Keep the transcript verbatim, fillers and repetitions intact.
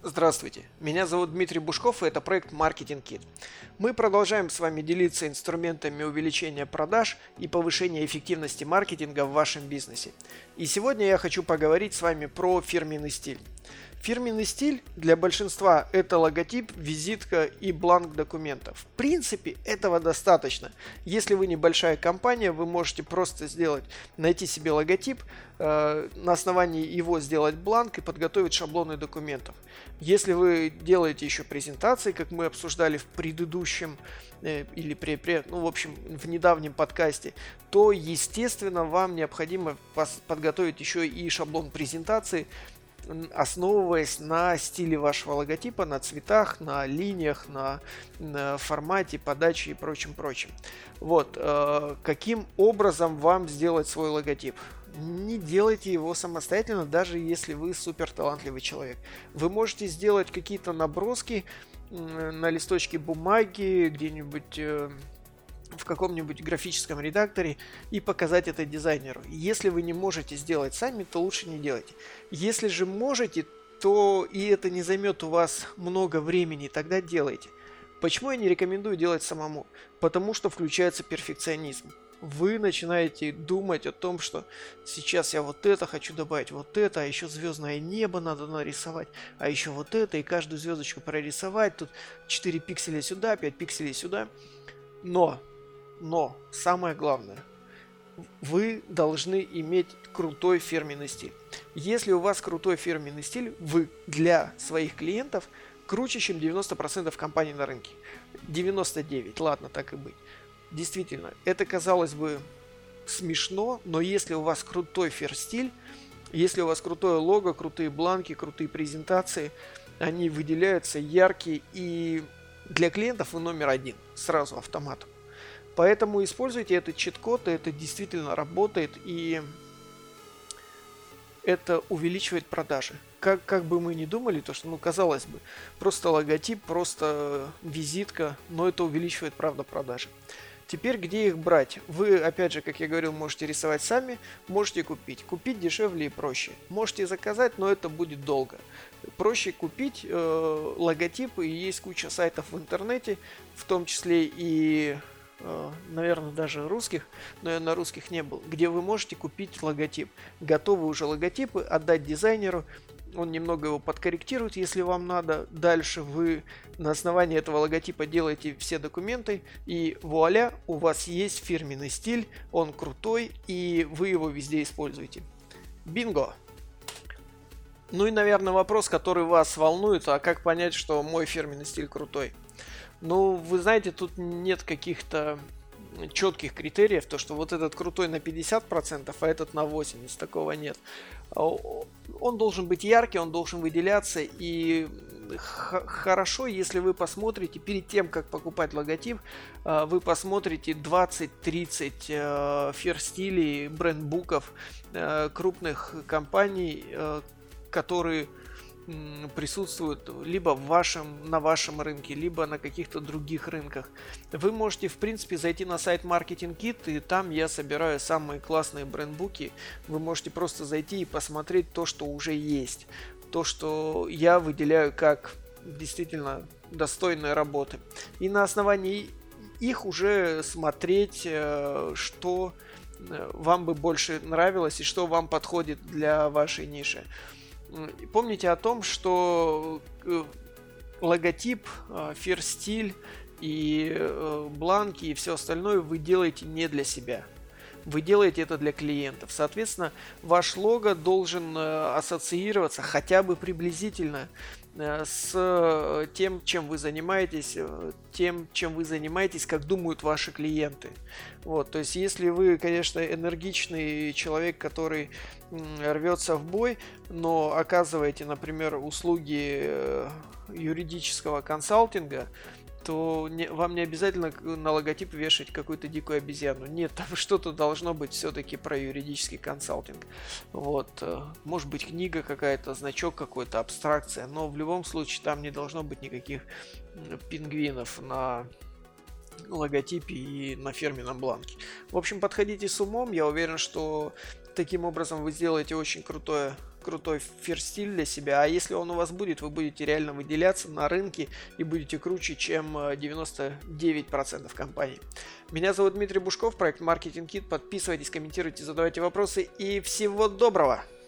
Здравствуйте, меня зовут Дмитрий Бушков, и это проект Marketing Kit. Мы продолжаем с вами делиться инструментами увеличения продаж и повышения эффективности маркетинга в вашем бизнесе. И сегодня я хочу поговорить с вами про фирменный стиль. Фирменный стиль для большинства это логотип, визитка и бланк документов. В принципе, этого достаточно. Если вы небольшая компания, вы можете просто сделать, найти себе логотип, э, на основании его сделать бланк и подготовить шаблоны документов. Если вы делаете еще презентации, как мы обсуждали в предыдущем э, или при, при, ну, в общем, в недавнем подкасте, то, естественно, вам необходимо подготовить еще и шаблон презентации, основываясь на стиле вашего логотипа, на цветах, на линиях, на, на формате подачи и прочем-прочем. Вот, э, каким образом вам сделать свой логотип? Не делайте его самостоятельно, даже если вы супер талантливый человек. Вы можете сделать какие-то наброски э, на листочке бумаги, где-нибудь... Э, в каком-нибудь графическом редакторе и показать это дизайнеру. Если вы не можете сделать сами, то лучше не делайте. Если же можете, то и это не займет у вас много времени, тогда делайте. Почему я не рекомендую делать самому? Потому что включается перфекционизм. Вы начинаете думать о том, что сейчас я вот это хочу добавить, вот это, а еще звездное небо надо нарисовать, а еще вот это, и каждую звездочку прорисовать, тут четыре пикселя сюда, пять пикселей сюда. Но Но самое главное, вы должны иметь крутой фирменный стиль. Если у вас крутой фирменный стиль, вы для своих клиентов круче, чем девяносто процентов компаний на рынке. девяносто девять процентов, ладно, так и быть. Действительно, это казалось бы смешно, но если у вас крутой фир-стиль, если у вас крутое лого, крутые бланки, крутые презентации, они выделяются яркие, и для клиентов вы номер один, сразу автоматом. Поэтому используйте этот чит-код, это действительно работает, и это увеличивает продажи. Как, как бы мы ни думали, то что, ну, казалось бы, просто логотип, просто визитка, но это увеличивает, правда, продажи. Теперь, где их брать? Вы, опять же, как я говорил, можете рисовать сами, можете купить. Купить дешевле и проще. Можете заказать, но это будет долго. Проще купить э, логотип, и есть куча сайтов в интернете, в том числе и... наверное, даже русских, но я на русских не был, где вы можете купить логотип. Готовы уже логотипы, отдать дизайнеру, он немного его подкорректирует, если вам надо. Дальше вы на основании этого логотипа делаете все документы, и вуаля, у вас есть фирменный стиль, он крутой, и вы его везде используете. Бинго! Ну и, наверное, вопрос, который вас волнует, а как понять, что мой фирменный стиль крутой? Ну, вы знаете, тут нет каких-то четких критериев, то что вот этот крутой на пятьдесят процентов, а этот на восемьдесят процентов, такого нет. Он должен быть яркий, он должен выделяться, и хорошо, если вы посмотрите, перед тем, как покупать логотип, вы посмотрите двадцать-тридцать фир-стилей, брендбуков крупных компаний, которые присутствуют либо в вашем, на вашем рынке, либо на каких-то других рынках. Вы можете, в принципе, зайти на сайт Marketing Kit, и там я собираю самые классные брендбуки. Вы можете просто зайти и посмотреть то, что уже есть. То, что я выделяю как действительно достойные работы. И на основании их уже смотреть, что вам бы больше нравилось и что вам подходит для вашей ниши. Помните о том, что логотип, фир-стиль и бланки и все остальное вы делаете не для себя. Вы делаете это для клиентов. Соответственно, ваш лого должен ассоциироваться хотя бы приблизительно с тем, чем вы занимаетесь, тем, чем вы занимаетесь, как думают ваши клиенты. Вот, то есть, если вы, конечно, энергичный человек, который рвется в бой, но оказываете, например, услуги юридического консалтинга, то не, вам не обязательно на логотип вешать какую-то дикую обезьяну. Нет, там что-то должно быть все-таки про юридический консалтинг. Вот, может быть, книга какая-то, значок какой-то, абстракция, но в любом случае там не должно быть никаких пингвинов на логотипе и на фирменном бланке. В общем, подходите с умом, я уверен, что Таким образом вы сделаете очень крутое, крутой ферстиль для себя, а если он у вас будет, вы будете реально выделяться на рынке и будете круче, чем девяносто девять процентов компаний. Меня зовут Дмитрий Бушков, проект Marketing Kit. Подписывайтесь, комментируйте, задавайте вопросы и всего доброго!